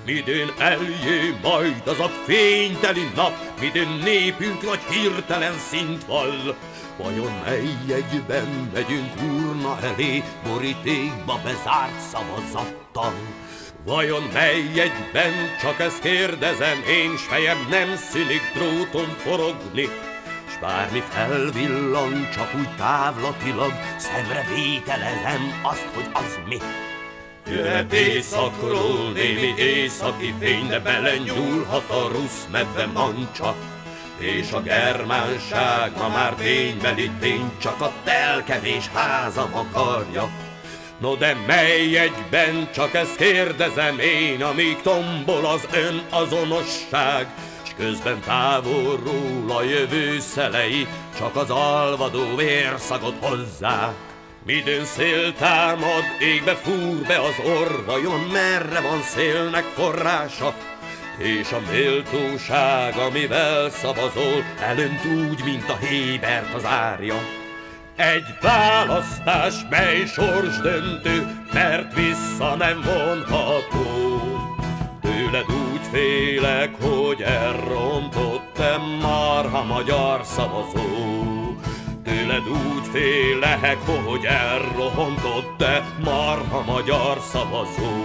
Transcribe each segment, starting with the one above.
Midőn eljé majd az a fényteli nap, midőn népünk nagy hirtelen szint vall. Vajon mely jegyben megyünk urna elé, borítékba bezárt szavazattal? Vajon mely jegyben, csak ezt kérdezem én, s fejem nem szűnik dróton forogni, s bármi felvillan, csak úgy távlatilag, szemre vételezem azt, hogy az mi. Jöhet éjszakról némi északi fény, de belenyúlhat a rusz medve mancsa, és a germánság ma már ténybeli tény, csak a telkevés házam akarja. No de mely egyben, csak ezt kérdezem én, amíg tombol az önazonosság, s közben távolról a jövő szelei csak az alvadó vérszagot hozzák. Midőn szél támad, égbe fúr be az orr, vajon merre van szélnek forrása? És a méltóság, amivel szavazol, elönt úgy, mint a hébert az árja. Egy választás, mely sorsdöntő, mert vissza nem vonható. Tőled úgy félek, hogy elrontottam marha magyar szavazó. Tőled úgy félek, hogy elrontottam marha magyar szavazó.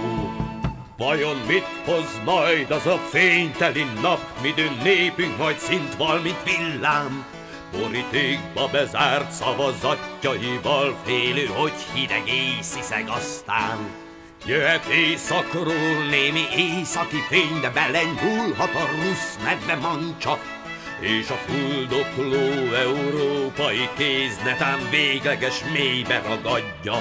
Vajon mit hoz majd az a fényteli nap, midőn népünk majd szint val, mint villám? Borítékba bezárt szavazatjaival félő, hogy hideg észiszeg aztán. Jöhet éjszakról némi északi fény, de belenyúlhat a rusz medve mancsa, és a fuldokló európai kéz netán végleges mélybe ragadja.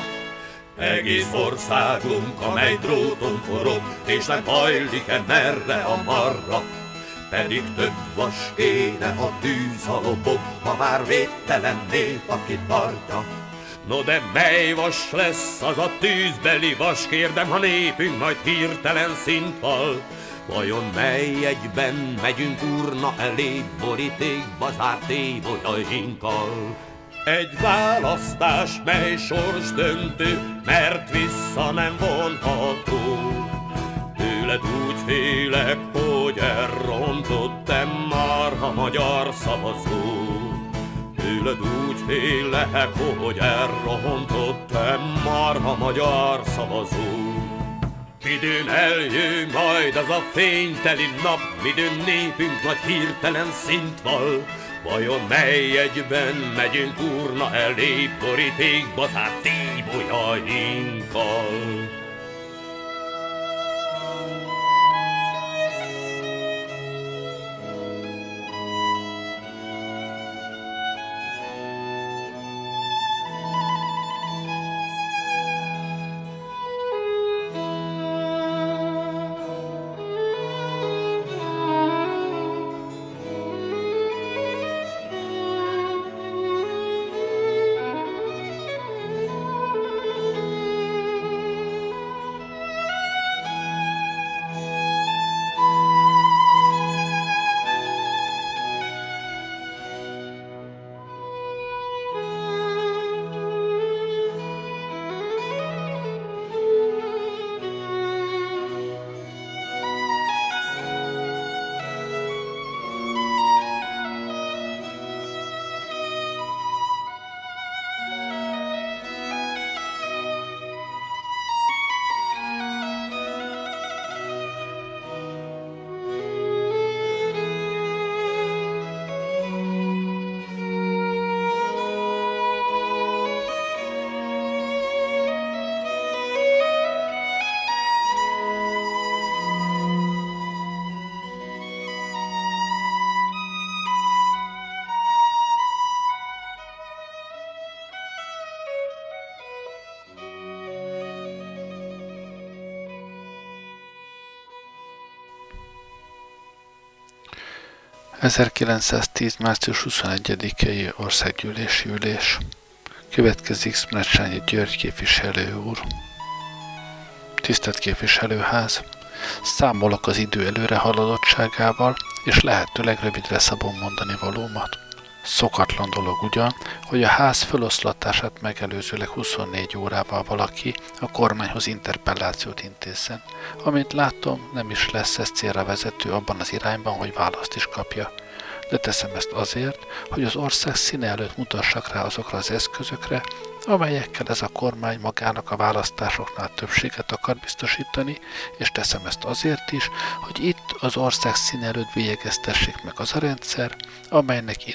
Egész országunk, amely dróton forog, és nem hajlik-e merre a marra, pedig több vas kéne a tűz a lobog, ha már védtelen nép, aki tartja. No de mely vas lesz az a tűzbeli vas, kérdem, ha népünk majd hirtelen szint val? Vajon mely egyben megyünk urna elé, borítékba zárt évolyainkkal? Egy választás, mely sorsdöntő, mert vissza nem vonható. Tőled úgy félek, hogy elrontottam marha magyar szavazó. Tőled úgy félek, hogy elrontottam marha magyar szavazó. Midőn eljön majd az a fényteli nap, midőn népünk nagy hirtelen szint val. Vajon mely egyben megyünk urna elé, borítékba zárt tíbolyainkkal? ...1910. március 21-i országgyűlési ülés. Következik Szmrecsányi György képviselő úr. Tisztelt képviselőház! Számolok az idő előre haladottságával, és lehetőleg rövidre szabom mondani valómat. Szokatlan dolog ugyan, hogy a ház feloszlatását megelőzőleg 24 órával valaki a kormányhoz interpellációt intézzen. Amint látom, nem is lesz ez célra vezető abban az irányban, hogy választ is kapja. De teszem ezt azért, hogy az ország színe előtt mutassak rá azokra az eszközökre, amelyekkel ez a kormány magának a választásoknál többséget akar biztosítani, és teszem ezt azért is, hogy itt az ország színe előtt bélyegeztessék meg az a rendszer, amelynek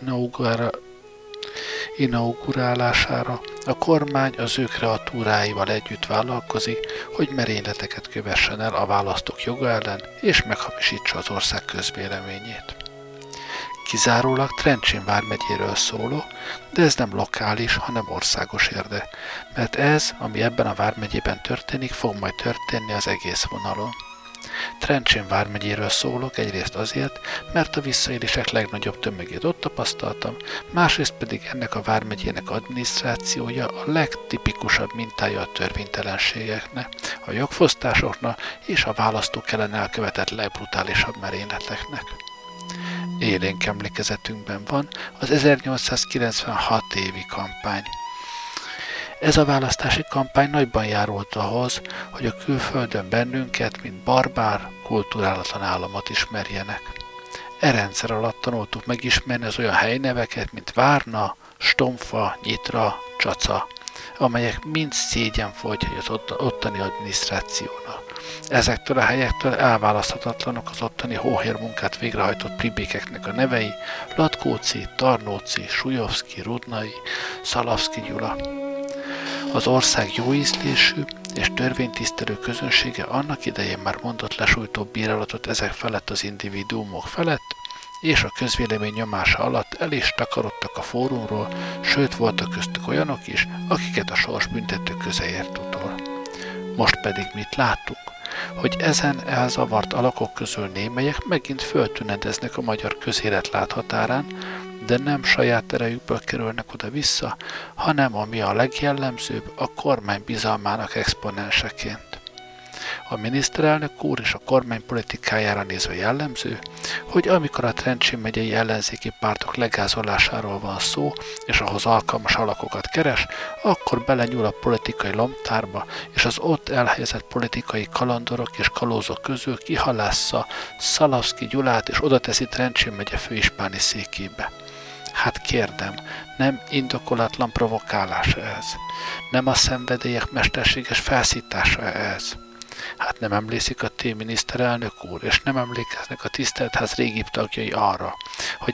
inaugurálására a kormány az ő kreatúráival együtt vállalkozik, hogy merényleteket kövessen el a választók joga ellen, és meghamisítsa az ország közvéleményét. Kizárólag Trencsén vármegyéről szóló, de ez nem lokális, hanem országos érdek, mert ez, ami ebben a vármegyében történik, fog majd történni az egész vonalon. Trencsén vármegyéről szólok egyrészt azért, mert a visszaélések legnagyobb tömegét ott tapasztaltam, másrészt pedig ennek a vármegyének adminisztrációja a legtipikusabb mintája a törvénytelenségeknek, a jogfosztásoknak és a választók ellen elkövetett legbrutálisabb merényleteknek. Élénk emlékezetünkben van az 1896 évi kampány. Ez a választási kampány nagyban járult ahhoz, hogy a külföldön bennünket, mint barbár, kulturálatlan államot ismerjenek. E rendszer alatt tanultuk megismerni az olyan helyneveket, mint Várna, Stomfa, Nyitra, Csaca, amelyek mind szégyenfoltjai az ottani adminisztrációnak. Ezektől a helyektől elválaszthatatlanok az ottani hóhérmunkát végrehajtott plibékeknek a nevei: Latkóci, Tarnóci, Sujovszki, Rudnai, Szalavszki Gyula. Az ország jóízlésű és törvénytisztelő közönsége annak idején már mondott lesújtó bírálatot ezek felett az individuumok felett, és a közvélemény nyomása alatt el is takarodtak a fórumról, sőt voltak köztük olyanok is, akiket a sors büntető közeért utol. Most pedig mit látunk? Hogy ezen elzavart alakok közül némelyek megint föltünedeznek a magyar közélet láthatárán, de nem saját erejükből kerülnek oda-vissza, hanem ami a legjellemzőbb, a kormány bizalmának exponenseként. A miniszterelnök úr és a kormány politikájára nézve jellemző, hogy amikor a Trencsén megyei ellenzéki pártok legázolásáról van szó, és ahhoz alkalmas alakokat keres, akkor belenyúl a politikai lomtárba, és az ott elhelyezett politikai kalandorok és kalózok közül kihalásza Szalavszki Gyulát, és oda teszi Trencsén megye főispáni székébe. Hát kérdem, nem indokolatlan provokálás ez? Nem a szenvedélyek mesterséges felszítása ez? Hát nem emlékszik a miniszterelnök úr, és nem emlékeznek a tiszteltház régibb tagjai arra, hogy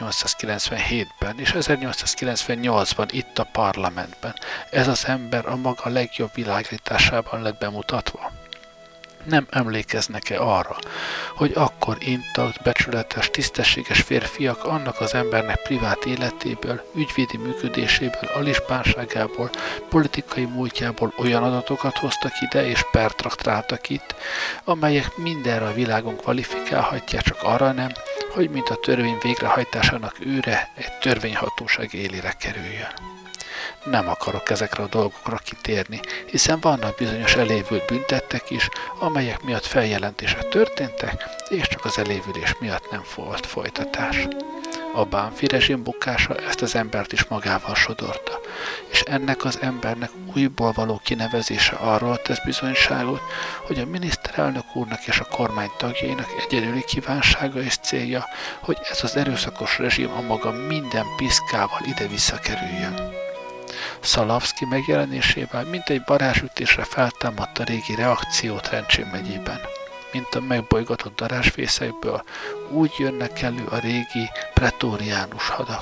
1897-ben és 1898-ban itt a parlamentben ez az ember a maga legjobb világításában lett bemutatva? Nem emlékeznek-e arra, hogy akkor intakt, becsületes, tisztességes férfiak annak az embernek privát életéből, ügyvédi működéséből, alispánságából, politikai múltjából olyan adatokat hoztak ide és pertraktáltak itt, amelyek mindenre a világon kvalifikálhatják, csak arra nem, hogy mint a törvény végrehajtásának őre egy törvényhatóság élére kerüljön. Nem akarok ezekre a dolgokra kitérni, hiszen vannak bizonyos elévült büntettek is, amelyek miatt feljelentések történtek, és csak az elévülés miatt nem volt folytatás. A Bánfi rezsim bukása ezt az embert is magával sodorta, és ennek az embernek újból való kinevezése arról tesz bizonyságot, hogy a miniszterelnök úrnak és a kormány tagjainak egyedüli kívánsága és célja, hogy ez az erőszakos rezsim a maga minden piszkával ide-vissza kerüljön. Szalavszki megjelenésével mint egy varázsütésre feltámadt a régi reakció Trencsén megyében. Mint a megbolygatott darázsfészekből, úgy jönnek elő a régi pretóriánus hadak.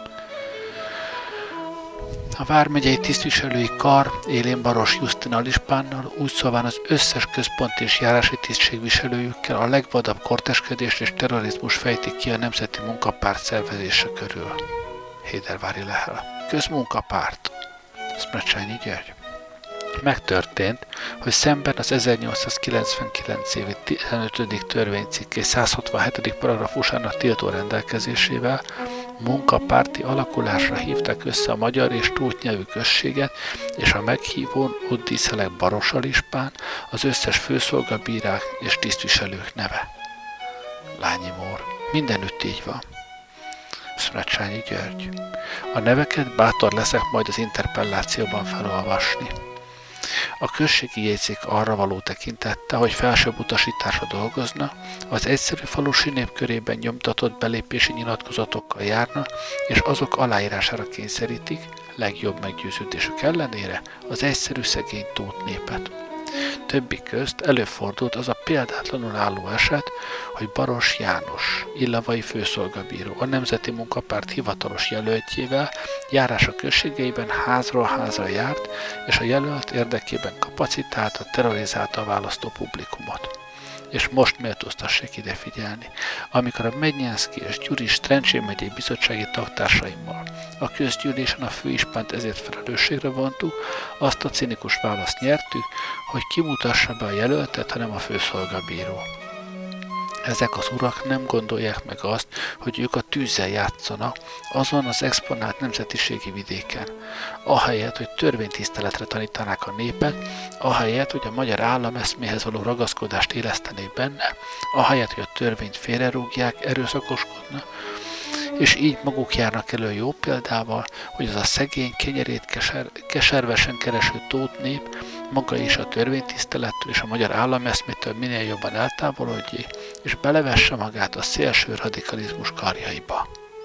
A vármegyei tisztviselői kar élén Baros Justin alispánnal, úgy szóván az összes központi és járási tisztségviselőjükkel a legvadabb korteskedést és terrorizmus fejtik ki a Nemzeti Munkapárt szervezése körül. Hédervári Lehel. Közmunkapárt. Szmrecsányi György. Megtörtént, hogy szemben az 1899 évi 15. törvénycikk és 167. paragrafusának tiltó rendelkezésével munkapárti alakulásra hívták össze a magyar és tót nyelvű községet, és a meghívón ott díszelek Baros alispán, az összes főszolgabírák és tisztviselők neve. Lányi Mór. Mindenütt így van. Szmrecsányi György. A neveket bátor leszek majd az interpellációban felolvasni. A községi jegyzék arra való tekintette, hogy felsőbb utasításra dolgozna, az egyszerű falusi nép körében nyomtatott belépési nyilatkozatokkal járna, és azok aláírására kényszerítik, legjobb meggyőződésük ellenére, az egyszerű szegény tót népet. Többik közt előfordult az a példátlanul álló eset, hogy Baros János, illavai főszolgabíró, a Nemzeti Munkapárt hivatalos jelöltjével járása községeiben házról házra járt, és a jelölt érdekében kapacitálta, terrorizálta a választó publikumot. És most méltóztassék ide figyelni, amikor a Mednyánszky és Gyuris Trencsén megyei bizottsági tagtársaimmal a közgyűlésen a főispánt ezért felelősségre vontuk, azt a cinikus választ nyertük, hogy kimutassa be a jelöltet, hanem a főszolgabíró. Ezek az urak nem gondolják meg azt, hogy ők a tűzzel játszanak azon az exponált nemzetiségi vidéken. Ahelyett, hogy törvénytiszteletre tanítanák a népet, ahelyett, hogy a magyar állam eszméhez való ragaszkodást élesztenék benne, ahelyett, hogy a törvényt félrerúgják, erőszakoskodna, és így maguk járnak elő jó példával, hogy az a szegény, kenyerét keservesen kereső tót nép maga is a törvénytisztelettől és a magyar állameszmétől minél jobban eltávolodjék, és belevesse magát a szélső radikalizmus karjaiba.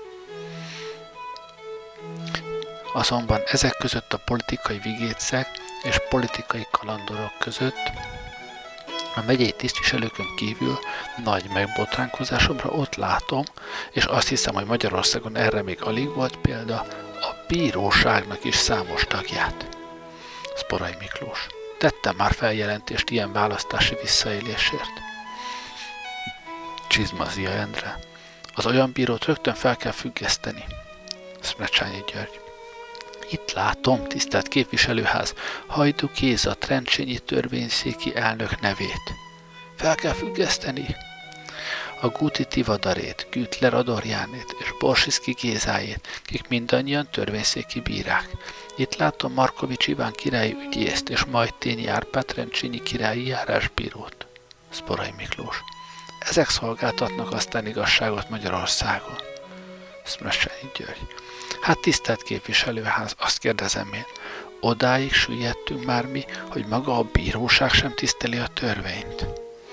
Azonban ezek között a politikai vigécek és politikai kalandorok között a megyei tisztviselőkön kívül nagy megbotránkozásomra ott látom, és azt hiszem, hogy Magyarországon erre még alig volt példa, a bíróságnak is számos tagját. Szporai Miklós. Tettem már feljelentést ilyen választási visszaélésért. Csizmazia Endre. Az olyan bírót rögtön fel kell függeszteni. Szmrecsányi György. Itt látom, tisztelt képviselőház, Hajdú Géza trencsényi törvényszéki elnök nevét. Fel kell függeszteni. A Guti Tivadarét, Gütler Adorjánét és Borsiszki Gézájét, kik mindannyian törvényszéki bírák. Itt látom Markovics Iván királyi ügyészt és Majtényi Árpád trencsényi királyi járásbírót. Szporai Miklós. Ezek szolgáltatnak aztán igazságot Magyarországon. Szmrecsányi György. Hát tisztelt képviselőház, azt kérdezem én, odáig süllyedtünk már mi, hogy maga a bíróság sem tiszteli a törvényt.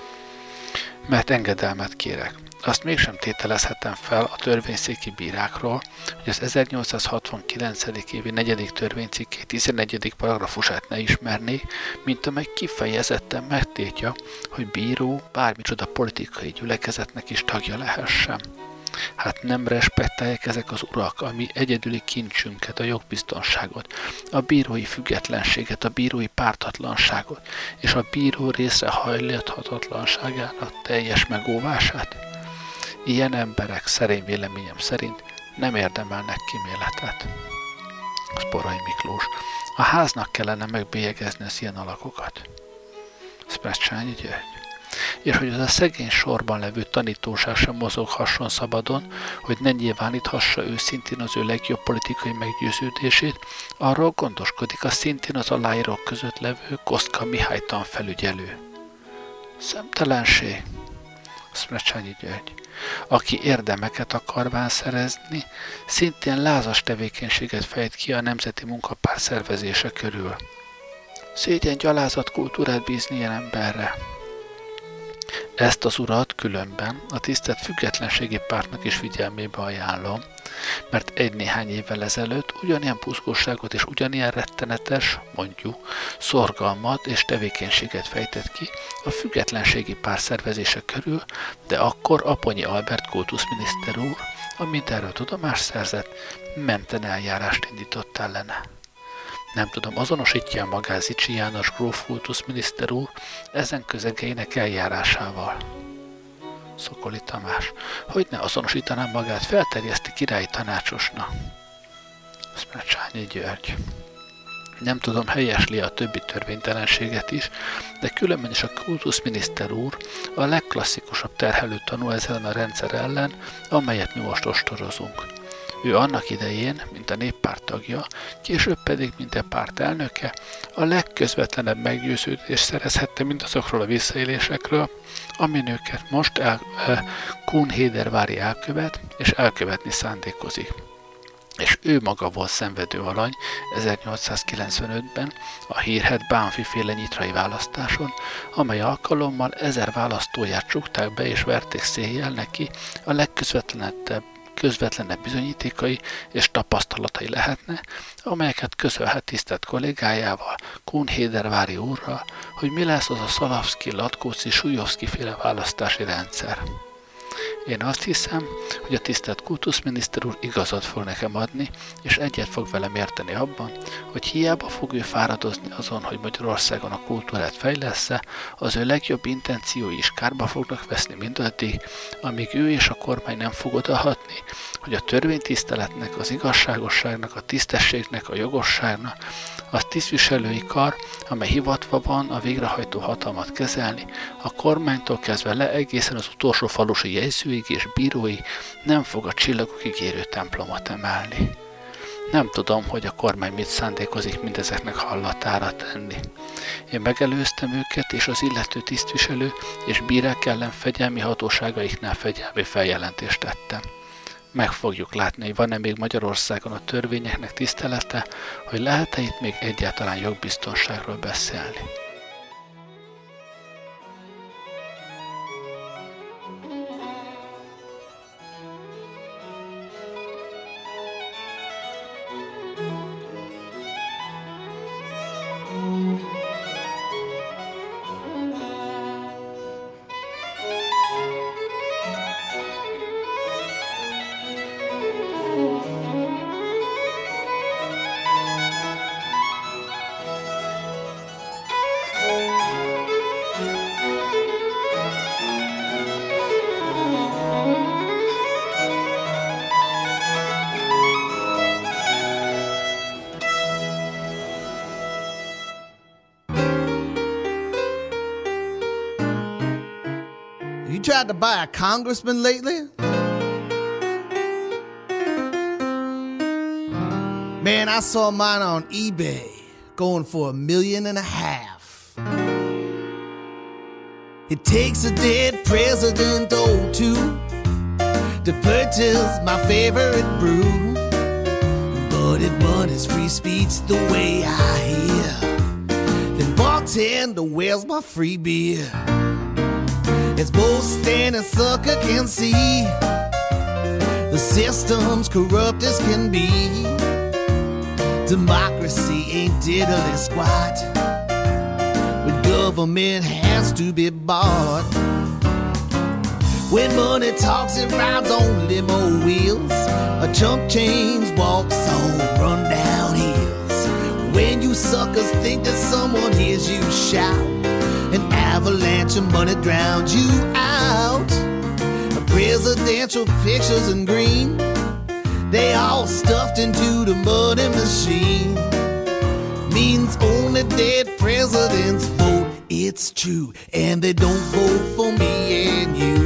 Mert engedelmet kérek. Azt mégsem tételezhetem fel a törvényszéki bírákról, hogy az 1869. évi 4. törvénycikkei 14. paragrafusát ne ismernék, mint amely kifejezetten megtiltja, hogy bíró bármicsoda politikai gyülekezetnek is tagja lehessen. Hát nem respektálják ezek az urak a mi egyedüli kincsünket, a jogbiztonságot, a bírói függetlenséget, a bírói pártatlanságot és a bíró részre hajlíthatatlanságának teljes megóvását? Ilyen emberek szerény véleményem szerint nem érdemelnek kíméletet. Szporai Miklós. A háznak kellene megbélyegezni az ilyen alakokat. Szmrecsányi György. És hogy az a szegény sorban levő tanítóság sem mozoghasson szabadon, hogy ne nyilváníthassa őszintén az ő legjobb politikai meggyőződését, arról gondoskodik a szintén az aláírók között levő Kosztka Mihály tanfelügyelő. Szemtelenség. Szmrecsányi György. Aki érdemeket akarván szerezni, szintén lázas tevékenységet fejt ki a Nemzeti Munkapárt szervezése körül. Szégyen gyalázat kultúrát bízni ilyen emberre. Ezt az urat különben a tisztelt Függetlenségi Pártnak is figyelmébe ajánlom, mert egy-néhány évvel ezelőtt ugyanilyen buzgóságot és ugyanilyen rettenetes, mondjuk, szorgalmat és tevékenységet fejtett ki a Függetlenségi Párt szervezése körül, de akkor Aponyi Albert kultuszminiszter úr, amint erről tudomást szerzett, menten eljárást indított ellene. Nem tudom, azonosítja magát Zichy János gróf kultuszminiszter úr ezen közegeinek eljárásával. Szokoli Tamás. Hogy ne azonosítanám magát, felterjeszti királyi tanácsosnak. Szmrecsányi György. Nem tudom, helyesli a többi törvénytelenséget is, de különben is a kultuszminiszter úr a legklasszikusabb terhelő tanú ezen a rendszer ellen, amelyet mi most ostorozunk. Ő annak idején, mint a néppárt tagja, később pedig, mint a párt elnöke, a legközvetlenebb meggyőződést szerezhette mindazokról a visszaélésekről, amin őket most Kuhn-Hédervári elkövet és elkövetni szándékozik. És ő maga volt szenvedő alany 1895-ben a hírhedt Bánffy-féle nyitrai választáson, amely alkalommal 1000 választóját csukták be és verték széjjel neki a legközvetlenebb bizonyítékai és tapasztalatai lehetne, amelyeket közölhet tisztelt kollégájával, Kuhn-Hédervári úrral, hogy mi lesz az a Szalavszky-Latkóczy-Sujovszky-féle választási rendszer. Én azt hiszem, hogy a tisztelt kultuszminiszter úr igazat fog nekem adni, és egyet fog velem érteni abban, hogy hiába fog ő fáradozni azon, hogy Magyarországon a kultúrát fejlessze, az ő legjobb intenciói is kárba fognak veszni mindaddig, amíg ő és a kormány nem fog odahatni, hogy a törvénytiszteletnek, az igazságosságnak, a tisztességnek, a jogosságnak, az tisztviselői kar, amely hivatva van a végrehajtó hatalmat kezelni, a kormánytól kezdve le egészen az utolsó falusi jegyzőig és bírói nem fog a csillagokig érő templomot emelni. Nem tudom, hogy a kormány mit szándékozik mindezeknek hallatára tenni. Én megelőztem őket, és az illető tisztviselő és bírák ellen fegyelmi hatóságaiknál fegyelmi feljelentést tettem. Meg fogjuk látni, hogy van-e még Magyarországon a törvényeknek tisztelete, hogy lehet-e itt még egyáltalán jogbiztonságról beszélni. Tried to buy a congressman lately? Man, I saw mine on eBay going for $1.5 million. It takes a dead president or two to purchase my favorite brew, but if money's free speech the way I hear, then bartender, where's my free beer? As most any sucker can see, the system's corrupt as can be. Democracy ain't diddly squat when government has to be bought. When money talks, it rides on limo wheels, a chump change walks on run-down hills. When you suckers think that someone hears you shout, an avalanche of money drowns you out. Presidential pictures in green, they all stuffed into the money machine. Means only dead presidents vote, it's true, and they don't vote for me and you.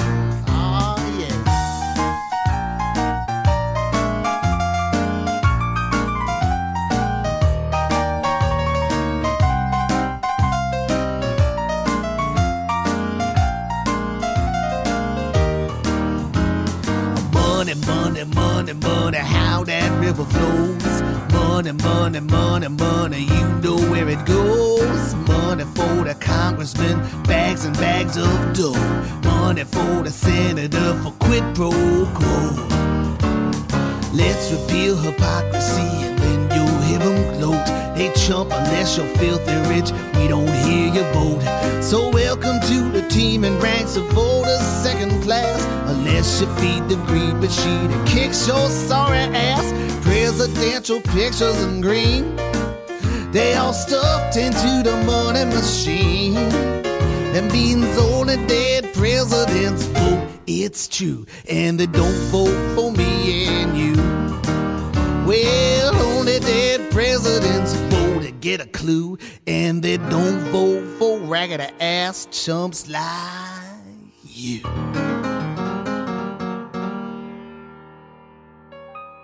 Money, how that river flows. Money, money, money, money, you know where it goes. Money for the congressman, bags and bags of dough. Money for the senator for quid pro quo. Let's repeal hypocrisy and then you'll hear them gloat. They chump unless you're filthy rich, we don't hear your vote. So welcome to the team and ranks of voters second class, unless you feed the greed machine and kicks your sorry ass. Presidential pictures in green, they all stuffed into the money machine. That means only dead presidents vote, it's true, and they don't vote for me and you. Well, only dead presidents vote to get a clue, and they don't vote for raggedy ass chumps like you.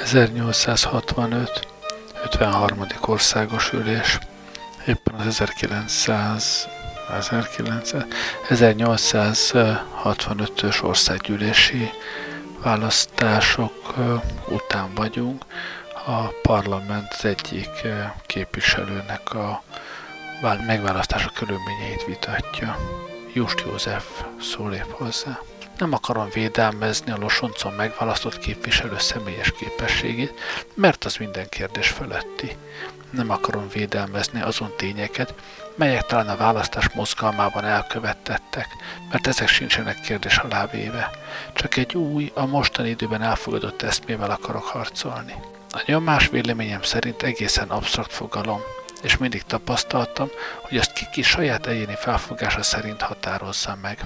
1865. 53. országos ülés. Éppen az 1865-ös országgyűlési választások után vagyunk. A parlament az egyik képviselőnek a megválasztása körülményeit vitatja. Just József szólép hozzá. Nem akarom védelmezni a Losoncon megválasztott képviselő személyes képességét, mert az minden kérdés fölötti. Nem akarom védelmezni azon tényeket, melyek talán a választás mozgalmában elkövettettek, mert ezek sincsenek kérdés alá véve. Csak egy új, a mostani időben elfogadott eszmével akarok harcolni. A nyomás véleményem szerint egészen absztrakt fogalom, és mindig tapasztaltam, hogy azt ki saját egyéni felfogása szerint határozza meg.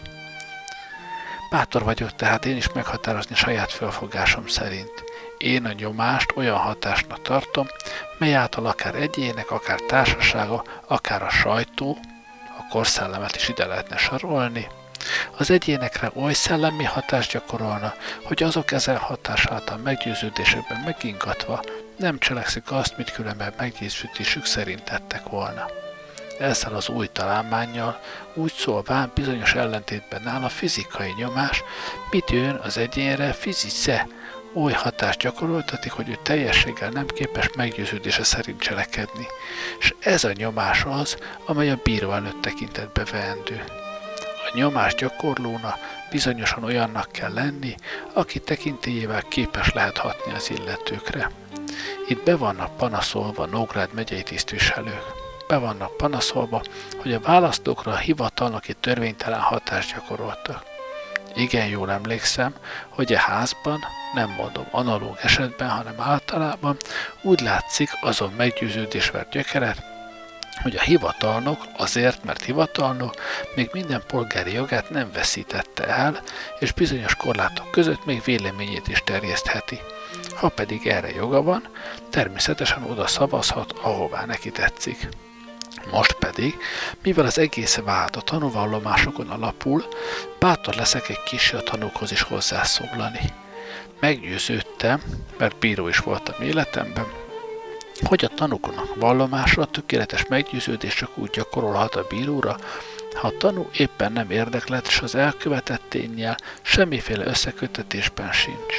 Bátor vagyok tehát én is meghatározni saját felfogásom szerint. Én a nyomást olyan hatásnak tartom, mely által akár egyének, akár társasága, akár a sajtó, a korszellemet is ide lehetne sorolni, az egyénekre oly szellemi hatást gyakorolna, hogy azok ezen hatás által meggyőződésekben megingatva nem cselekszik azt, mit különben meggyőződésük szerint tettek volna. Ezzel az új találmánnyal úgy szólván bizonyos ellentétben áll a fizikai nyomás, mit jön az egyénre fizice, oly hatást gyakoroltatik, hogy ő teljességgel nem képes meggyőződése szerint cselekedni, és ez a nyomás az, amely a bíró előtt tekintetbe veendő. A nyomás gyakorlóna bizonyosan olyannak kell lenni, aki tekintélyével képes lehet hatni az illetőkre. Itt be vannak panaszolva Nógrád megyei tisztviselők. Be vannak panaszolva, hogy a választókra a hivatalnoki törvénytelen hatást gyakoroltak. Igen jól emlékszem, hogy a házban, nem mondom analóg esetben, hanem általában úgy látszik azon meggyőződésvert gyökeret, hogy a hivatalnok azért, mert hivatalnok, még minden polgári jogát nem veszítette el, és bizonyos korlátok között még véleményét is terjesztheti. Ha pedig erre joga van, természetesen oda szavazhat, ahová neki tetszik. Most pedig, mivel az egész vált a tanúvallomásokon alapul, bátor leszek egy kicsi a tanúkhoz is hozzászólani. Meggyőződtem, mert bíró is voltam életemben, hogy a tanúknak vallomásra tökéletes meggyőződés csak úgy gyakorolhat a bíróra, ha a tanú éppen nem érdeklet, és az elkövetett ténnyel semmiféle összeköttetésben sincs.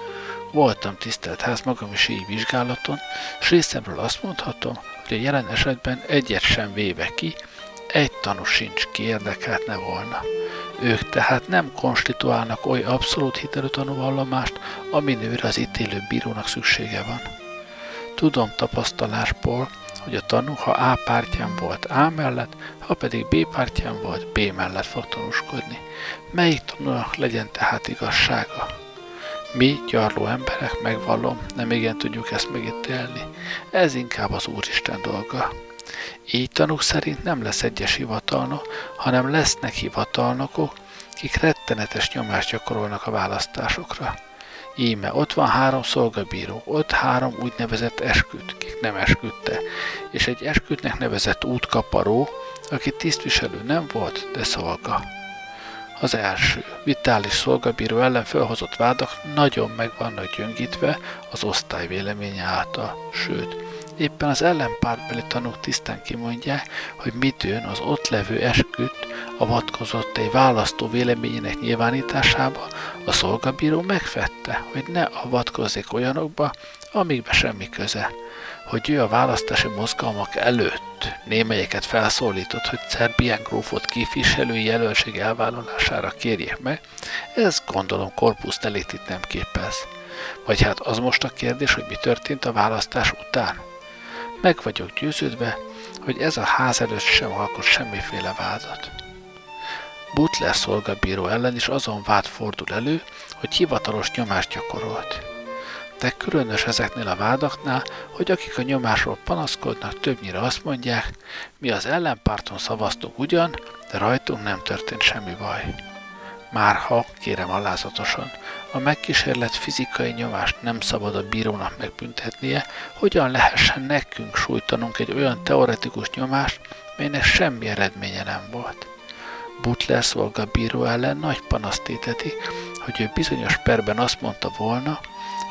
Voltam tisztelt ház magam is így vizsgálaton, és részemről azt mondhatom, hogy a jelen esetben egyet sem véve ki, egy tanú sincs ki érdekeltne volna. Ők tehát nem konstituálnak oly abszolút hitelű tanúvallomást, aminőre az ítélő bírónak szüksége van. Tudom tapasztalásból, hogy a tanú, ha A pártján volt A mellett, ha pedig B pártján volt B mellett fog tanúskodni. Melyik tanúnak legyen tehát igazsága? Mi, gyarló emberek, megvallom, nem igen tudjuk ezt megítélni. Ez inkább az Úristen dolga. Így tanúk szerint nem lesz egyes hivatalnok, hanem lesznek hivatalnokok, kik rettenetes nyomást gyakorolnak a választásokra. Íme ott van 3 szolgabíró, ott 3 úgynevezett esküdt, kik nem esküdte, és egy esküdtnek nevezett útkaparó, aki tisztviselő nem volt, de szolga. Az első, vitális szolgabíró ellen felhozott vádak nagyon meg vannak gyöngítve az osztály véleménye által, sőt, éppen az ellenpártbeli tanúk tisztán kimondják, hogy mit jön az ott levő esküdt avatkozott egy választó véleményének nyilvánításába, a szolgabíró megfette, hogy ne avatkozzék olyanokba, amikbe semmi köze, hogy ő a választási mozgalmak előtt némelyeket felszólított, hogy Szerbián grófot képviselői jelöltség elvállalására kérjék meg, ez gondolom corpus delictit nem képez. Vagy hát az most a kérdés, hogy mi történt a választás után? Meg vagyok győződve, hogy ez a ház előtt sem alkot semmiféle vádat. Butler szolgabíró ellen is azon vád fordul elő, hogy hivatalos nyomást gyakorolt. De különös ezeknél a vádaknál, hogy akik a nyomásról panaszkodnak, többnyire azt mondják, mi az ellenpárton szavaztunk ugyan, de rajtunk nem történt semmi baj. Márha, kérem alázatosan, a megkísérlett fizikai nyomást nem szabad a bírónak megbüntetnie, hogyan lehessen nekünk sújtanunk egy olyan teoretikus nyomást, melynek semmi eredménye nem volt. Butler szolgabíró ellen nagy panaszt téteti, hogy ő bizonyos perben azt mondta volna,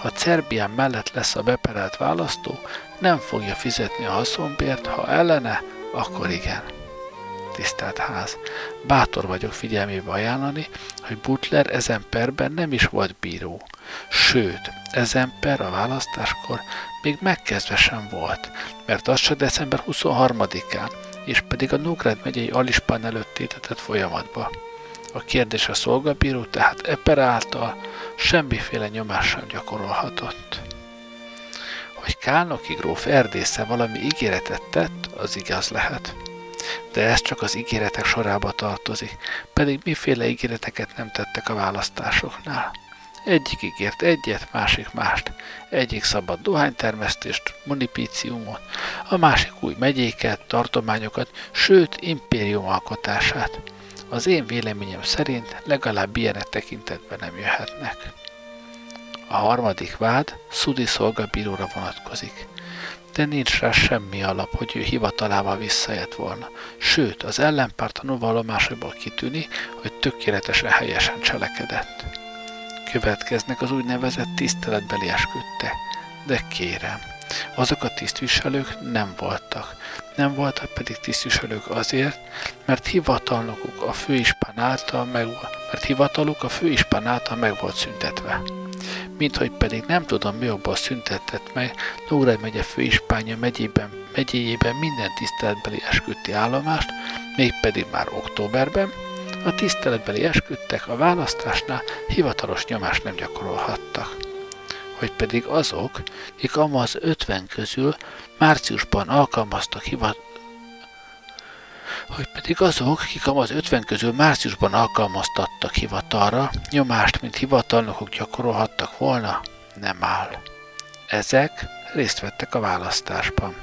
Ha Cerbián mellett lesz a beperelt választó, nem fogja fizetni a haszonbért, ha ellene, akkor igen. Tisztelt ház, bátor vagyok figyelmébe ajánlani, hogy Butler ezen perben nem is volt bíró. Sőt, ezen per a választáskor még megkezdve sem volt, mert az csak december 23-án, és pedig a Nógrád megyei alispán előtt tétetett folyamatba. A kérdés a szolgabíró tehát e per által semmiféle nyomás sem gyakorolhatott. Hogy Kálnoky gróf erdésze valami ígéretet tett, az igaz lehet. De ez csak az ígéretek sorába tartozik, pedig miféle ígéreteket nem tettek a választásoknál. Egyik ígért egyet, másik mást. Egyik szabad dohánytermesztést, munipíciumot, a másik új megyéket, tartományokat, sőt impérium alkotását. Az én véleményem szerint legalább ilyenek tekintetben nem jöhetnek. A harmadik vád Szudi szolgabíróra vonatkozik. De nincs rá semmi alap, hogy ő hivatalával visszaélt volna. Sőt, az ellenpárt tanúvallomásából kitűni, hogy tökéletesen helyesen cselekedett. Következnek az úgynevezett tiszteletbeli esküdtek. De kérem, azok a tisztviselők nem voltak. Nem voltak pedig tisztviselők azért, mert hivataluk a főispán által meg volt szüntetve. Minthogy pedig nem tudom mi okból szüntetett meg Nógrád megye főispánja megyéjében minden tiszteletbeli esküdti állomást, mégpedig már októberben, a tiszteletbeli esküdtek a választásnál hivatalos nyomást nem gyakorolhattak. Hogy pedig azok, kik amaz 50 közül márciusban alkalmaztattak hivatalra, nyomást, mint hivatalnokok gyakorolhattak volna, nem áll. Ezek részt vettek a választásban.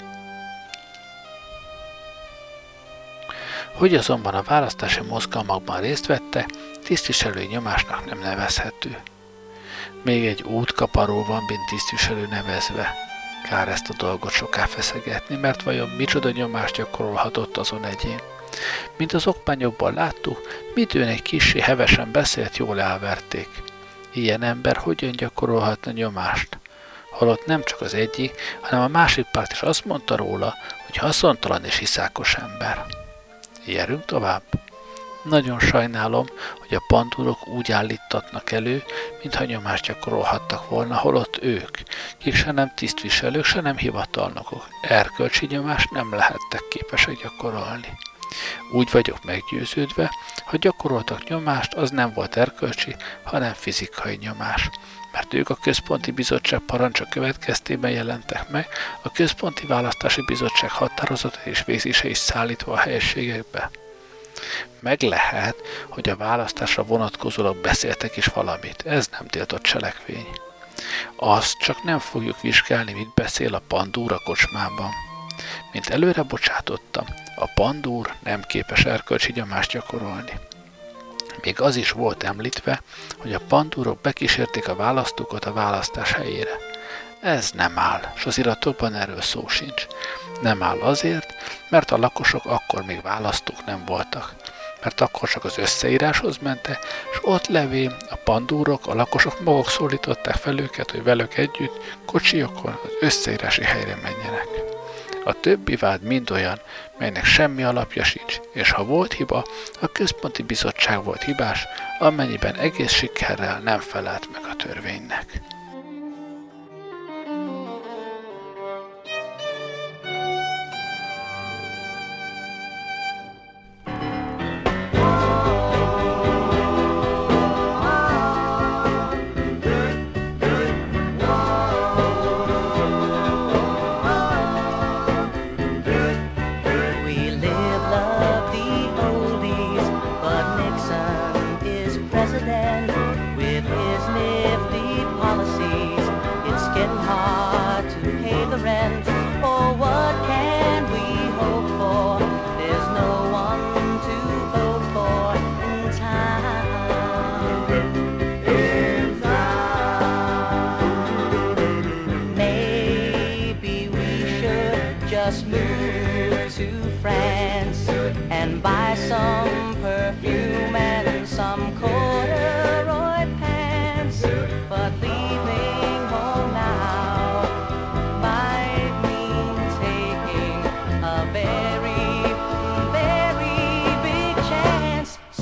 Hogy azonban a választási mozgalmakban részt vette, tisztviselői nyomásnak nem nevezhető. Még egy útkaparó van, mint tisztviselő nevezve. Kár ezt a dolgot soká feszegetni, mert vajon micsoda nyomást gyakorolhatott azon egyén. Mint az okmányokban láttuk, midőn egy kissé hevesen beszélt, jól elverték. Ilyen ember hogyan gyakorolhatna nyomást? Holott nem csak az egyik, hanem a másik párt is azt mondta róla, hogy haszontalan és hiszákos ember. Járjunk tovább. Nagyon sajnálom, hogy a pandúrok úgy állítatnak elő, mintha nyomást gyakorolhattak volna, holott ők, kik se nem tisztviselők, se nem hivatalnokok, erkölcsi nyomást nem lehettek képesek gyakorolni. Úgy vagyok meggyőződve, ha gyakoroltak nyomást, az nem volt erkölcsi, hanem fizikai nyomás, mert ők a Központi Bizottság parancsa következtében jelentek meg, a Központi Választási Bizottság határozata és végzése is szállítva a helységekbe. Meg lehet, hogy a választásra vonatkozólag beszéltek is valamit, ez nem tiltott cselekvény. Azt csak nem fogjuk vizsgálni, mit beszél a pandúr a kocsmában. Mint előre bocsátottam, a pandúr nem képes erkölcsi nyomást gyakorolni. Még az is volt említve, hogy a pandúrok bekísérték a választókat a választás helyére. Ez nem áll, s az iratokban erről szó sincs. Nem áll azért, mert a lakosok akkor még választók nem voltak. Mert akkor csak az összeíráshoz mentek, és ott levén a pandúrok, a lakosok maguk szólították fel őket, hogy velük együtt kocsiokon az összeírási helyre menjenek. A többi vád mind olyan, melynek semmi alapja sincs, és ha volt hiba, a Központi Bizottság volt hibás, amennyiben egész sikerrel nem felelt meg a törvénynek. Just move to France and buy some perfume and some corduroy pants, but leaving a very, very big chance. So,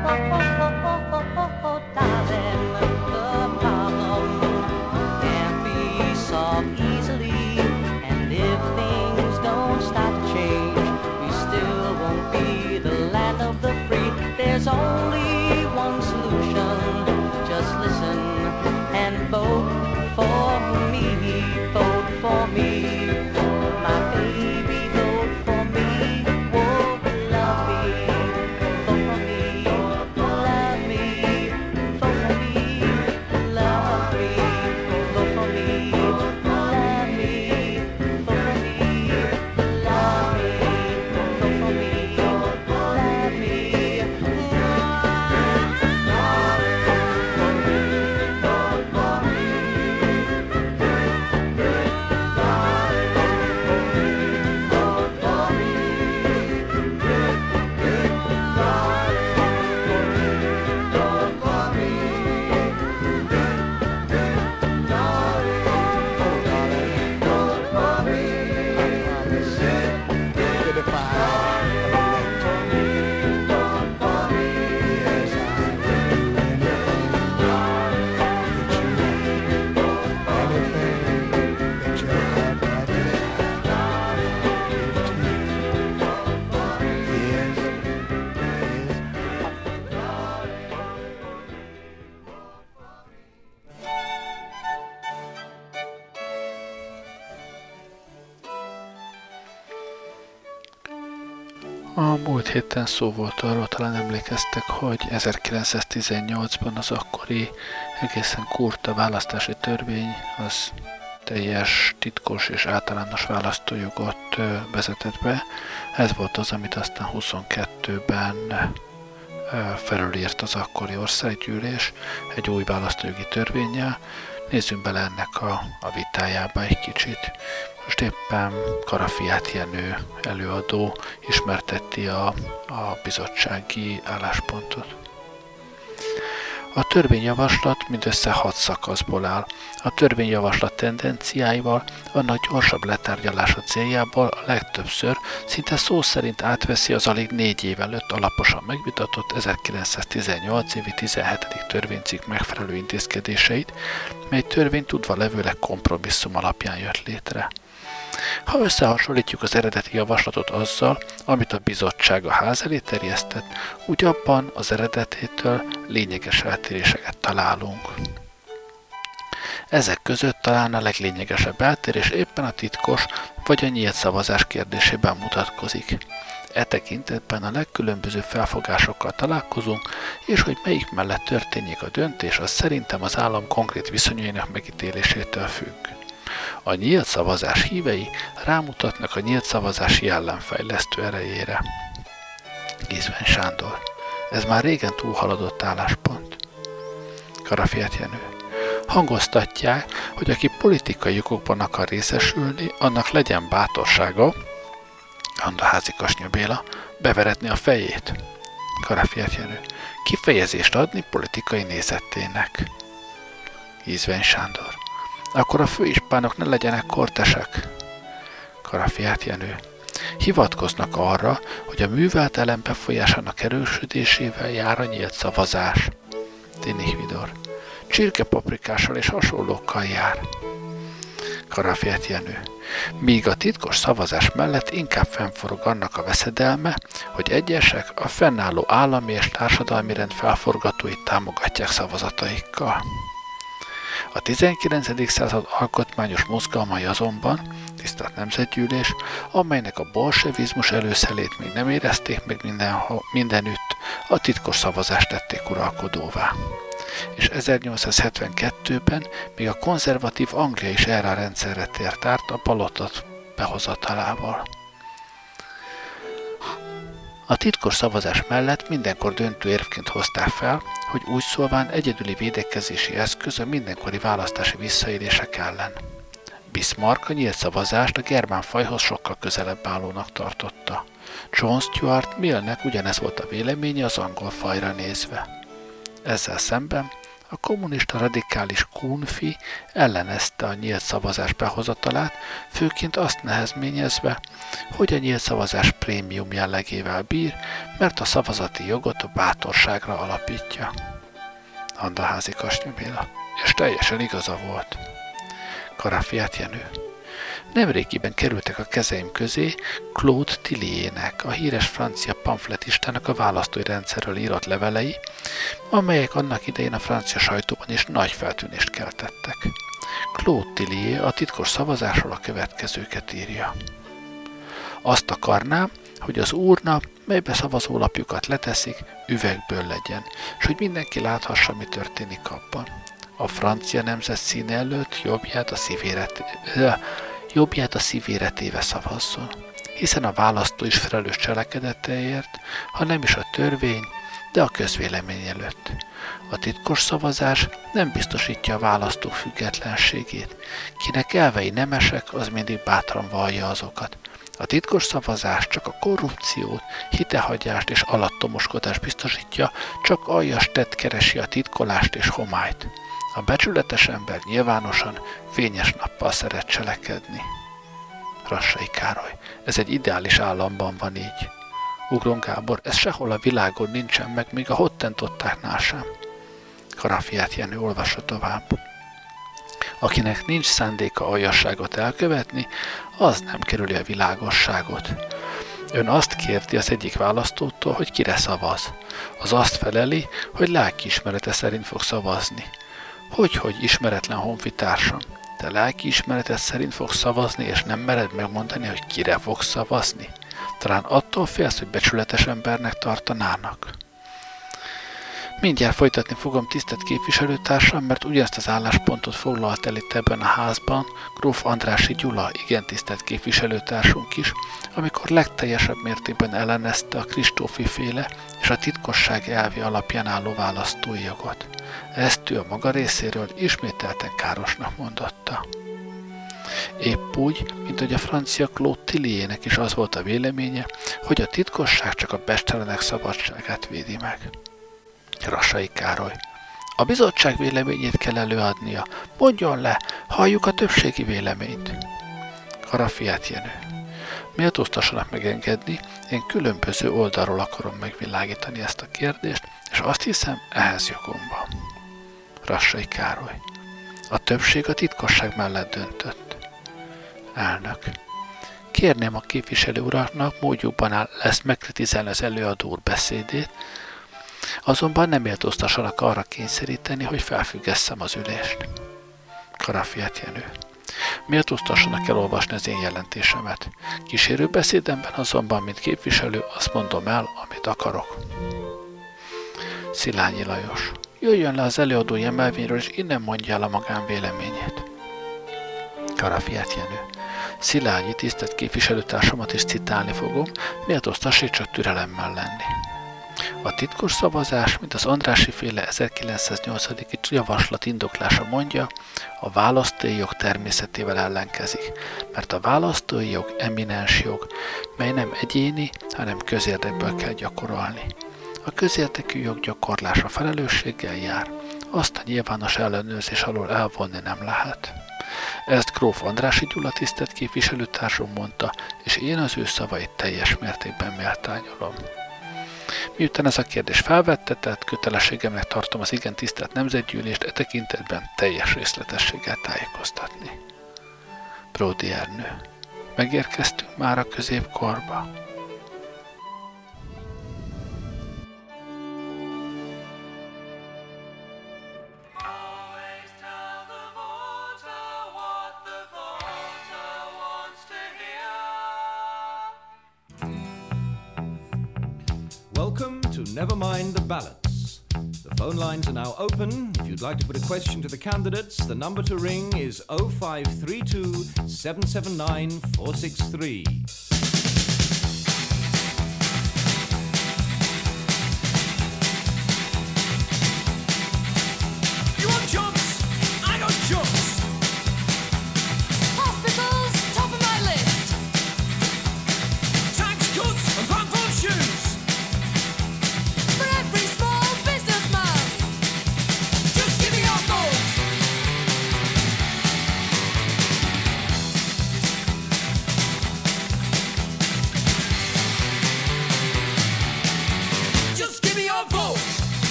darling, the problem can't be solved easily, and if things don't start to change, we still won't be the land of the free. There's only one solution. Just listen and vote for me, vote for me. My baby, vote for me. Oh, love me, vote for me. Love me, vote for me. Love me, vote for me. Love me, vote for me. Love me, vote for me. Love me. A múlt héten szó volt arról, talán emlékeztek, hogy 1918-ban az akkori egészen kurta választási törvény az teljes titkos és általános választójogot vezetett be. Ez volt az, amit aztán 22-ben felülírt az akkori országgyűlés egy új választójogi törvénnyel. Nézzünk bele ennek a vitájába egy kicsit. Most éppen Karafiát Jenő előadó ismerteti a bizottsági álláspontot. A törvényjavaslat mindössze 6 szakaszból áll. A törvényjavaslat tendenciáival, annak gyorsabb letárgyalása céljából a legtöbbször szinte szó szerint átveszi az alig 4 év előtt alaposan megvitatott 1918 évi 17. törvénycikk megfelelő intézkedéseit, mely törvény tudva levőleg kompromisszum alapján jött létre. Ha összehasonlítjuk az eredeti javaslatot azzal, amit a bizottság a ház elé terjesztett, úgy abban az eredetétől lényeges eltéréseket találunk. Ezek között talán a leglényegesebb eltérés éppen a titkos vagy a nyílt szavazás kérdésében mutatkozik. E tekintetben a legkülönbözőbb felfogásokkal találkozunk, és hogy melyik mellett történjék a döntés, az szerintem az állam konkrét viszonyainak megítélésétől függ. A nyílt szavazás hívei rámutatnak a nyílt szavazási ellenfejlesztő erejére. Izben Sándor. Ez már régen túlhaladott álláspont. Karafiát Jenő. Hangoztatják, hogy aki politikai jogokban akar részesülni, annak legyen bátorsága, Anda Házikasnya Béla, beveretni a fejét. Karafiát Jenő. Kifejezést adni politikai nézettének. Izben Sándor. Akkor a főispánok ne legyenek kortesek. Karafiát Jenő. Hivatkoznak arra, hogy a művelt elem befolyásának erősödésével jár a nyílt szavazás. Dénik Vidor. Csirkepaprikással és hasonlókkal jár. Karafiát Jenő. Míg a titkos szavazás mellett inkább fennforog annak a veszedelme, hogy egyesek a fennálló állami és társadalmi rend felforgatóit támogatják szavazataikkal. A 19. század alkotmányos mozgalmai azonban, tisztelt Nemzetgyűlés, amelynek a bolsevizmus előszelét még nem érezték meg mindenütt, a titkos szavazást tették uralkodóvá. És 1872-ben még a konzervatív Anglia is erre a rendszerre tért át a balotat behozatalával. A titkos szavazás mellett mindenkor döntő érvként hozták fel, hogy úgy szólván egyedüli védekezési eszköz a mindenkori választási visszaélések ellen. Bismarck a nyílt szavazást a germán fajhoz sokkal közelebb állónak tartotta. John Stuart Millnek ugyanez volt a véleménye az angol fajra nézve. Ezzel szemben A kommunista radikális Kunfi ellenezte a nyílt szavazás behozatalát, főként azt nehezményezve, hogy a nyílt szavazás prémium jellegével bír, mert a szavazati jogot a bátorságra alapítja. Andaházi Kasnyú Béla. És teljesen igaza volt. Karafiát Jenő. Nemrégiben kerültek a kezeim közé Claude Tilliének, a híres francia pamfletistának a választói rendszerről írott levelei, amelyek annak idején a francia sajtóban is nagy feltűnést keltettek. Claude Tillié a titkos szavazásról a következőket írja. Azt akarnám, hogy az urna, melybe szavazólapjukat leteszik, üvegből legyen, és hogy mindenki láthassa, mi történik abban. A francia nemzet színe előtt jobbját a szívére téve szavazzon, hiszen a választó is felelős cselekedeteért, ha nem is a törvény, de a közvélemény előtt. A titkos szavazás nem biztosítja a választók függetlenségét. Kinek elvei nemesek, az mindig bátran vallja azokat. A titkos szavazás csak a korrupciót, hitehagyást és alattomoskodást biztosítja, csak aljas tett keresi a titkolást és homályt. A becsületes ember nyilvánosan, fényes nappal szeret cselekedni. Rassai Károly. Ez egy ideális államban van így. Ugron Gábor. Ez sehol a világon nincsen meg, még a hottentottáknál sem. Karafiát Jenő olvassa tovább. Akinek nincs szándéka aljasságot elkövetni, az nem kerüli a világosságot. Ön azt kérti az egyik választótól, hogy kire szavaz. Az azt feleli, hogy lelkiismerete szerint fog szavazni. Hogy ismeretlen honfitársam, te lelkiismereted szerint fogsz szavazni, és nem mered megmondani, hogy kire fogsz szavazni? Talán attól félsz, hogy becsületes embernek tartanának. Mindjárt folytatni fogom, tisztelt képviselőtársam, mert ugyanezt az álláspontot foglalt el itt ebben a házban gróf Andrássy Gyula, igen tisztelt képviselőtársunk is, amikor legteljesebb mértékben ellenezte a Kristófi-féle és a titkosság elvi alapján álló választói jogot. Ezt ő a maga részéről ismételten károsnak mondotta. Épp úgy, mint hogy a francia Claude Tilliének is az volt a véleménye, hogy a titkosság csak a bestelenek szabadságát védi meg. Rassai Károly. A bizottság véleményét kell előadnia. Mondjon le, halljuk a többségi véleményt. Karafiát Jenő. Méltóztassanak megengedni, én különböző oldalról akarom megvilágítani ezt a kérdést, és azt hiszem, ehhez jogom van. Rassai Károly. A többség a titkosság mellett döntött. Elnök. Kérném a képviselő uraknak, módjukban lesz megkritizálni az előadó úr beszédét, azonban nem méltóztassanak arra kényszeríteni, hogy felfüggesszem az ülést. Karafiát Jenő. Méltóztassanak elolvasni az én jelentésemet. Kísérő beszédemben azonban, mint képviselő, azt mondom el, amit akarok. Szilágyi Lajos. Jöjjön le az előadói emelvényről, és innen mondja el a magánvéleményét. Karafiát Jenő. Szilágyi tisztelt képviselőtársamat is citálni fogom, méltóztassék csak türelemmel lenni. A titkos szavazás, mint az Andrássy-féle 1908. javaslat indoklása mondja, a választói jog természetével ellenkezik, mert a választói jog eminens jog, mely nem egyéni, hanem közérdekből kell gyakorolni. A közérdekű jog gyakorlása felelősséggel jár, azt a nyilvános ellenőrzés alól elvonni nem lehet. Ezt gróf Andrássy Gyula tisztelt képviselőtársam mondta, és én az ő szavait teljes mértékben méltányolom. Miután ez a kérdés felvettetett, kötelességemnek tartom az igen tisztelt nemzetgyűlést e tekintetben teljes részletességgel tájékoztatni. Bródi Ernő. Megérkeztünk már a középkorba. Welcome to Never Mind the Ballots. The phone lines are now open. If you'd like to put a question to the candidates, the number to ring is 0532 779 463. You want jobs? I got jobs. Hospitals, top of my list. Tax cuts and pantofle shoes. For every small businessman. Just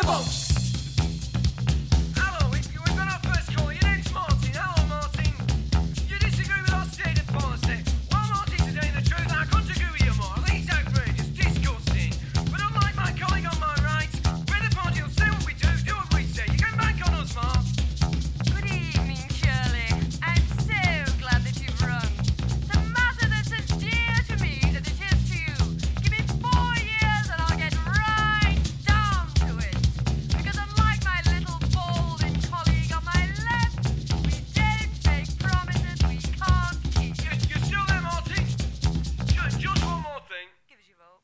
folks. Hello, we've got our first call. Your name's Martin. Hello, Martin. You disagree with our stated policy? Well, Martin, to tell you the truth, I couldn't agree with you more. I think it's outrageous, disgusting. But unlike my colleague on my right, we're the party who'll say what we do what we say. You can bank on us, Mark. Good evening, Shirley. I'm so glad that you've rung. It's a matter that's as dear to me as it is to you. Give me 4 years and I'll get right down to it. Because unlike my little balding colleague on my left, we don't make promises we can't keep. You're still there, Martin? Just one more thing. Give us your vote.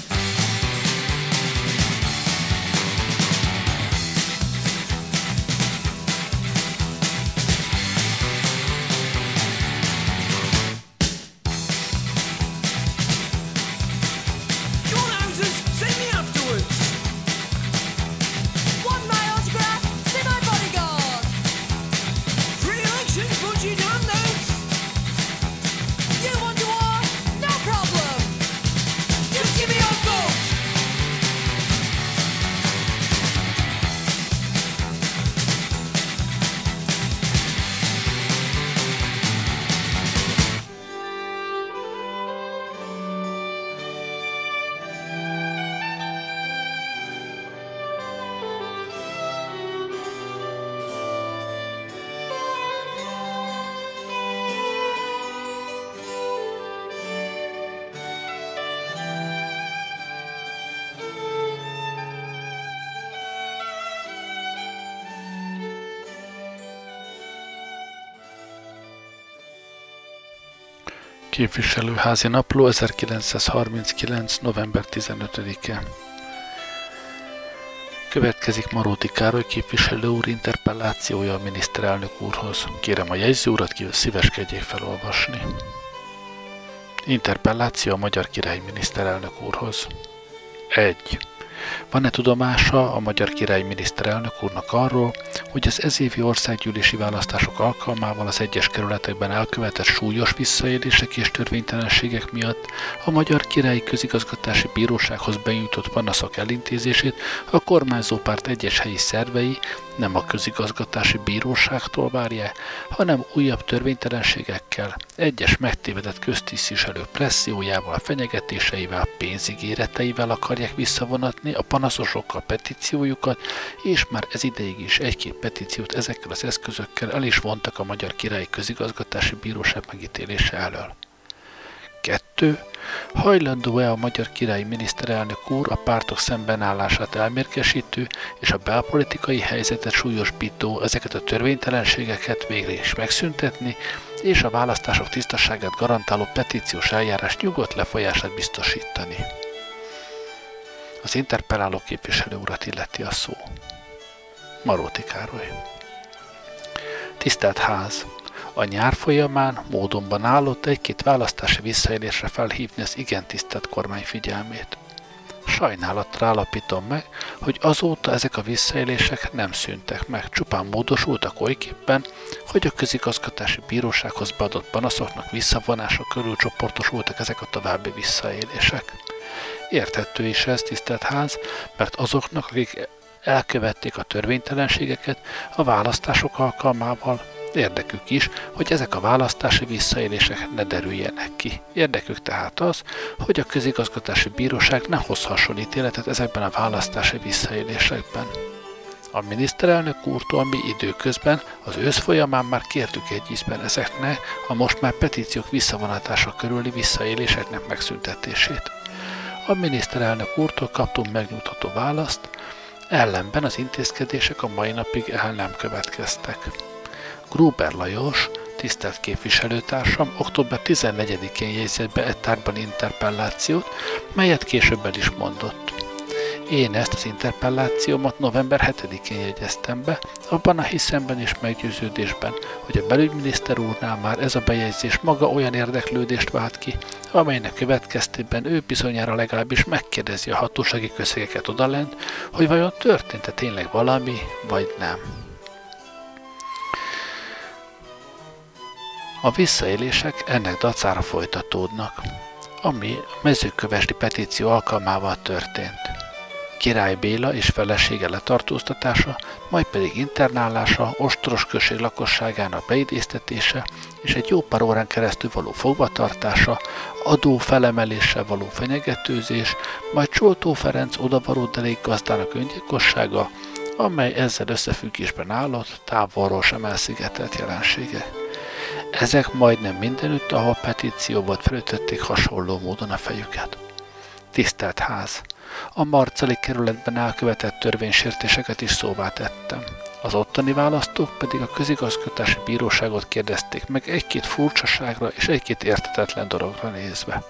Go on, Houses, send me afterwards. Want my autograph? See my bodyguard. Free election, budgie damn notes. You want to war? No problem. Just give me your vote. Képviselőházi napló 1939. november 15-e. Következik Maróti Károly képviselő úr interpellációja a miniszterelnök úrhoz. Kérem a jegyző urat, szíveskedjék felolvasni. Interpelláció a magyar király miniszterelnök úrhoz. 1. Van-e tudomása a magyar király miniszterelnök úrnak arról, hogy az ezévi országgyűlési választások alkalmával az egyes kerületekben elkövetett súlyos visszaélések és törvénytelenségek miatt a magyar királyi közigazgatási bírósághoz benyújtott panaszok elintézését a kormányzó párt egyes helyi szervei nem a közigazgatási bíróságtól várják, hanem újabb törvénytelenségekkel, egyes megtévedett köztisztviselők pressziójával, fenyegetéseivel, pénzigéreteivel akarják visszavonatni a panaszosokkal petíciójukat, és már ez ideig is egy-két petíciót ezekkel az eszközökkel el is vontak a Magyar Királyi Közigazgatási Bíróság megítélése elől. 2. Hajlandó-e a magyar királyi miniszterelnök úr a pártok szembenállását elmérgesítő és a belpolitikai helyzetet súlyosbító ezeket a törvénytelenségeket végre is megszüntetni, és a választások tisztaságát garantáló petíciós eljárás nyugodt lefolyását biztosítani? Az interpelláló képviselő urat illeti a szó. Maróti Károly. Tisztelt Ház! A nyár folyamán módonban állott egy-két választási visszaélésre felhívni az igen tisztelt kormány figyelmét. Sajnálattal állapítom meg, hogy azóta ezek a visszaélések nem szűntek meg, csupán módosultak olyképpen, hogy a közigazgatási bírósághoz beadott panaszoknak visszavonása körül csoportosultak ezek a további visszaélések. Érthető is ez, tisztelt Ház, mert azoknak, akik elkövették a törvénytelenségeket a választások alkalmával, érdekük is, hogy ezek a választási visszaélések ne derüljenek ki. Érdekük tehát az, hogy a közigazgatási bíróság ne hozhasson ítéletet ezekben a választási visszaélésekben. A miniszterelnök úrtól mi időközben az ősz folyamán már kértük egy ízben ezeknek a most már petíciók visszavonatása körüli visszaéléseknek megszüntetését. A miniszterelnök úrtól kaptunk megnyugtató választ, ellenben az intézkedések a mai napig el nem következtek. Gruber Lajos, tisztelt képviselőtársam, október 14-én jegyzett be egy tárgyban interpellációt, melyet később el is mondott. Én ezt az interpellációmat november 7-én jegyeztem be, abban a hiszemben és meggyőződésben, hogy a belügyminiszter úrnál már ez a bejegyzés maga olyan érdeklődést vált ki, amelynek következtében ő bizonyára legalábbis megkérdezi a hatósági közegeket odalent, hogy vajon történt-e tényleg valami, vagy nem. A visszaélések ennek dacára folytatódnak, ami a mezőkövesdi petíció alkalmával történt. Király Béla és felesége letartóztatása, majd pedig internálása, ostoros község lakosságának beidéztetése és egy jó pár órán keresztül való fogvatartása, adó felemeléssel való fenyegetőzés, majd Csoltó Ferenc odavaró delékgazdának öngyilkossága, amely ezzel összefüggésben állott, távolról sem elszigetelt jelensége. Ezek majdnem mindenütt, ahol petíció volt, felütötték hasonló módon a fejüket. Tisztelt ház! A Marcali kerületben elkövetett törvénysértéseket is szóvá tettem. Az ottani választók pedig a közigazgatási bíróságot kérdezték meg egy-két furcsaságra és egy-két érthetetlen dologra nézve.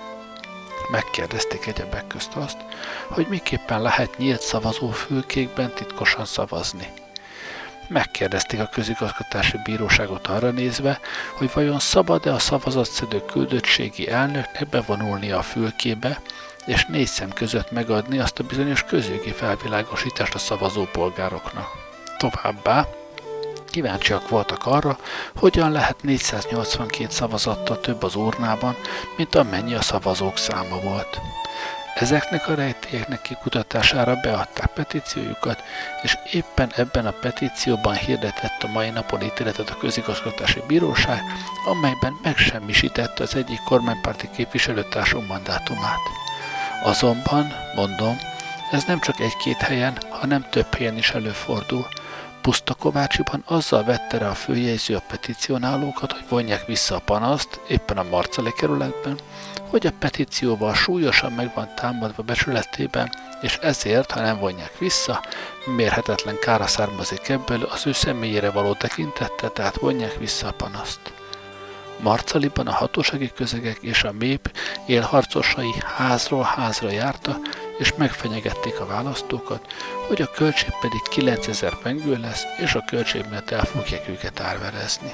Megkérdezték egyebek közt azt, hogy miképpen lehet nyílt szavazófülkékben titkosan szavazni. Megkérdezték a közigazgatási bíróságot arra nézve, hogy vajon szabad-e a szavazatszedő küldöttségi elnöknek bevonulnia a fülkébe, és 4 szem között megadni azt a bizonyos közjogi felvilágosítást a szavazópolgároknak. Továbbá kíváncsiak voltak arra, hogyan lehet 482 szavazattal több az urnában, mint amennyi a szavazók száma volt. Ezeknek a rejtélyeknek kikutatására beadták petíciójukat, és éppen ebben a petícióban hirdetett a mai napon ítéletet a közigazgatási bíróság, amelyben megsemmisítette az egyik kormánypárti képviselőtársunk mandátumát. Azonban, mondom, ez nem csak egy-két helyen, hanem több helyen is előfordul. Pusztakovácsiban azzal vette rá a főjegyző a petícionálókat, hogy vonják vissza a panaszt, éppen a Marcali kerületben, hogy a petícióval súlyosan meg van támadva becsületében, és ezért, ha nem vonják vissza, mérhetetlen kára származik ebből az ő személyére való tekintettel, tehát vonják vissza a panaszt. Marcaliban a hatósági közegek és a MÉP élharcosai házról házra jártak, és megfenyegették a választókat, hogy a költség pedig 9000 pengő lesz, és a költség miatt el fogják őket árverezni.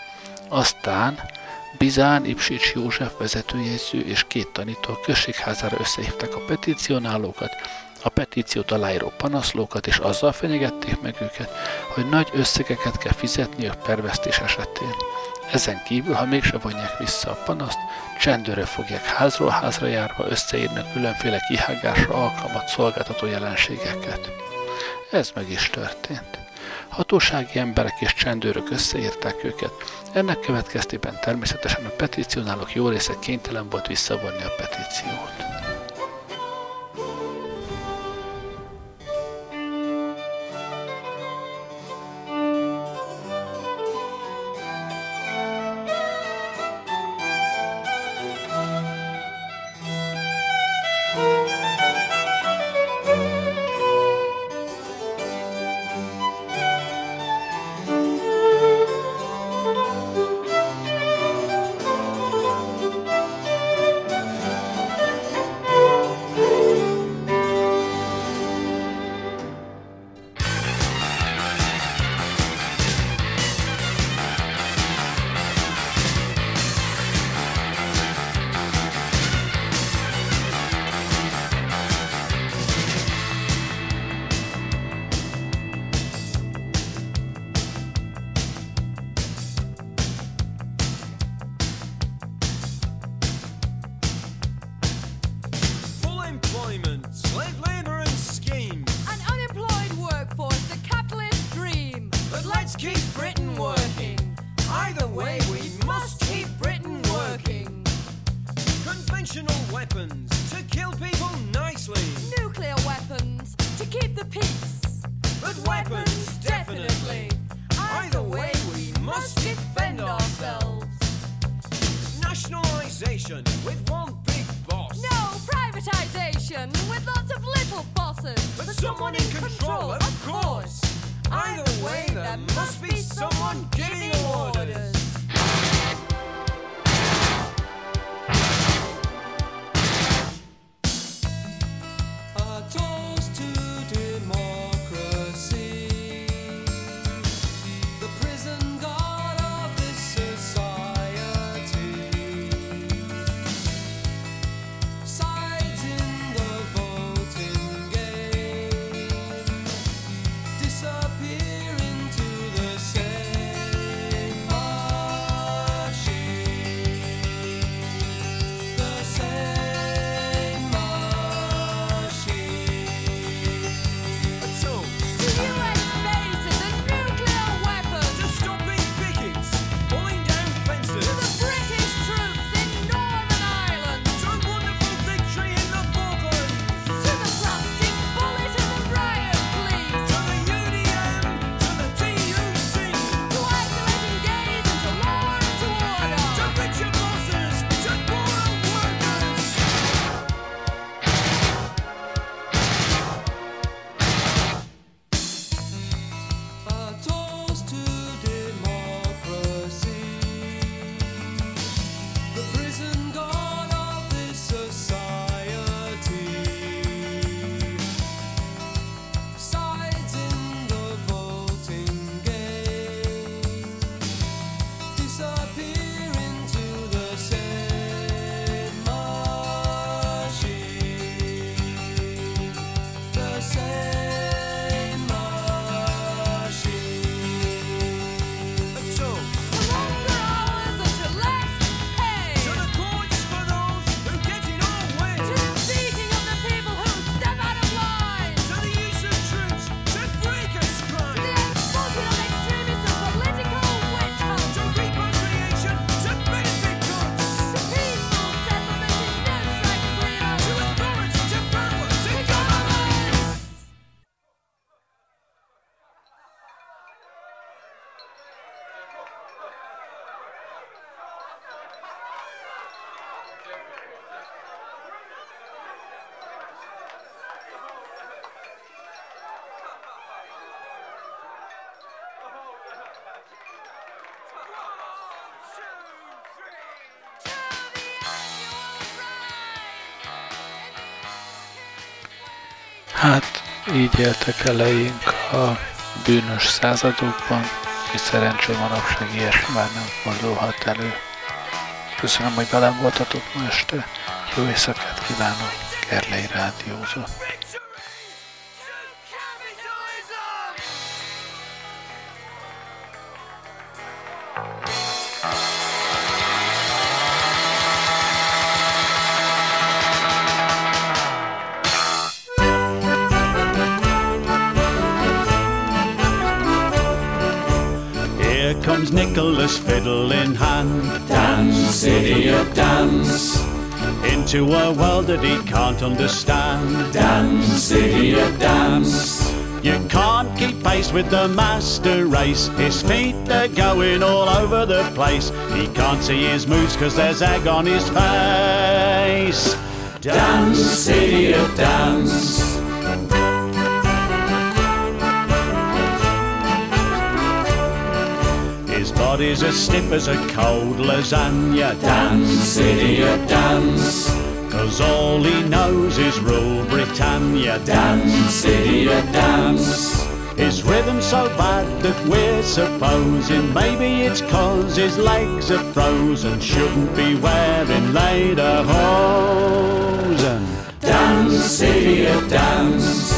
Aztán Bizán Ipsics József vezetőjegyző és 2 tanító a községházára összehívták a petícionálókat, a petíciót aláíró panaszlókat, és azzal fenyegették meg őket, hogy nagy összegeket kell fizetniük pervesztés esetén. Ezen kívül, ha mégse vonják vissza a panaszt, csendőrre fogják házról házra járva összeírni a különféle kihágásra alkalmat szolgáltató jelenségeket. Ez meg is történt. Hatósági emberek és csendőrök összeírták őket, ennek következtében természetesen a petícionálók jó része kénytelen volt visszavonni a petíciót. Disappear into the same Hát, így éltek eleink a bűnös századokban, és szerencsém manapság ilyesmi már nem fordulhat elő. Köszönöm, hogy velem voltatok ma este. Jó éjszakát kívánok, Gerlei rádiózott. Here comes Nicholas, fiddle in hand. Dance, idiot, dance. Into a world that he can't understand. Dance, idiot, dance. You can't keep pace with the master race. His feet are going all over the place. He can't see his moves 'cause there's egg on his face. Dance, idiot, dance. His body's as stiff as a cold lasagna. Dance, idiot, dance. 'Cause all he knows is rule Britannia. Dance, idiot, dance. His rhythm's so bad that we're supposing maybe it's 'cause his legs are frozen. Shouldn't be wearing lederhosen. Dance, idiot, dance.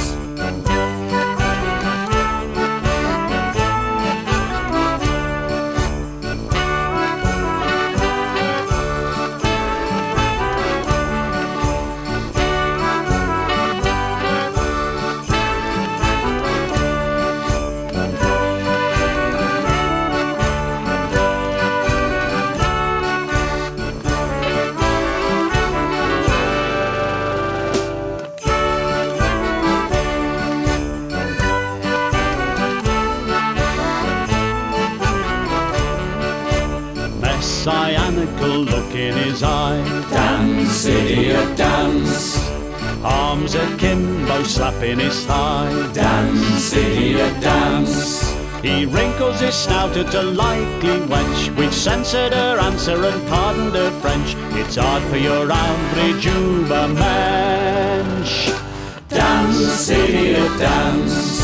Messianical look in his eye. Dance, idiot, dance. Arms akimbo, slapping his thigh. Dance, idiot, dance. He wrinkles his snout at a likely wench. We've censored her answer and pardoned her French. It's hard for your average Ubermensch. Dance, idiot, dance.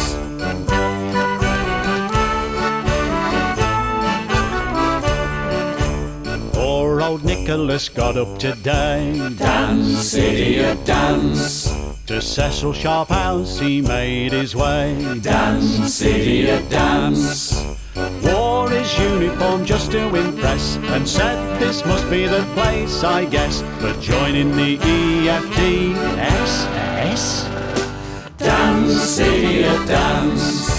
Old Nicholas got up today. Dance, idiot, dance. To Cecil Sharp House he made his way. Dance, idiot, dance. Wore his uniform just to impress and said this must be the place, I guess, for joining the EFTSS. Dance, idiot, dance.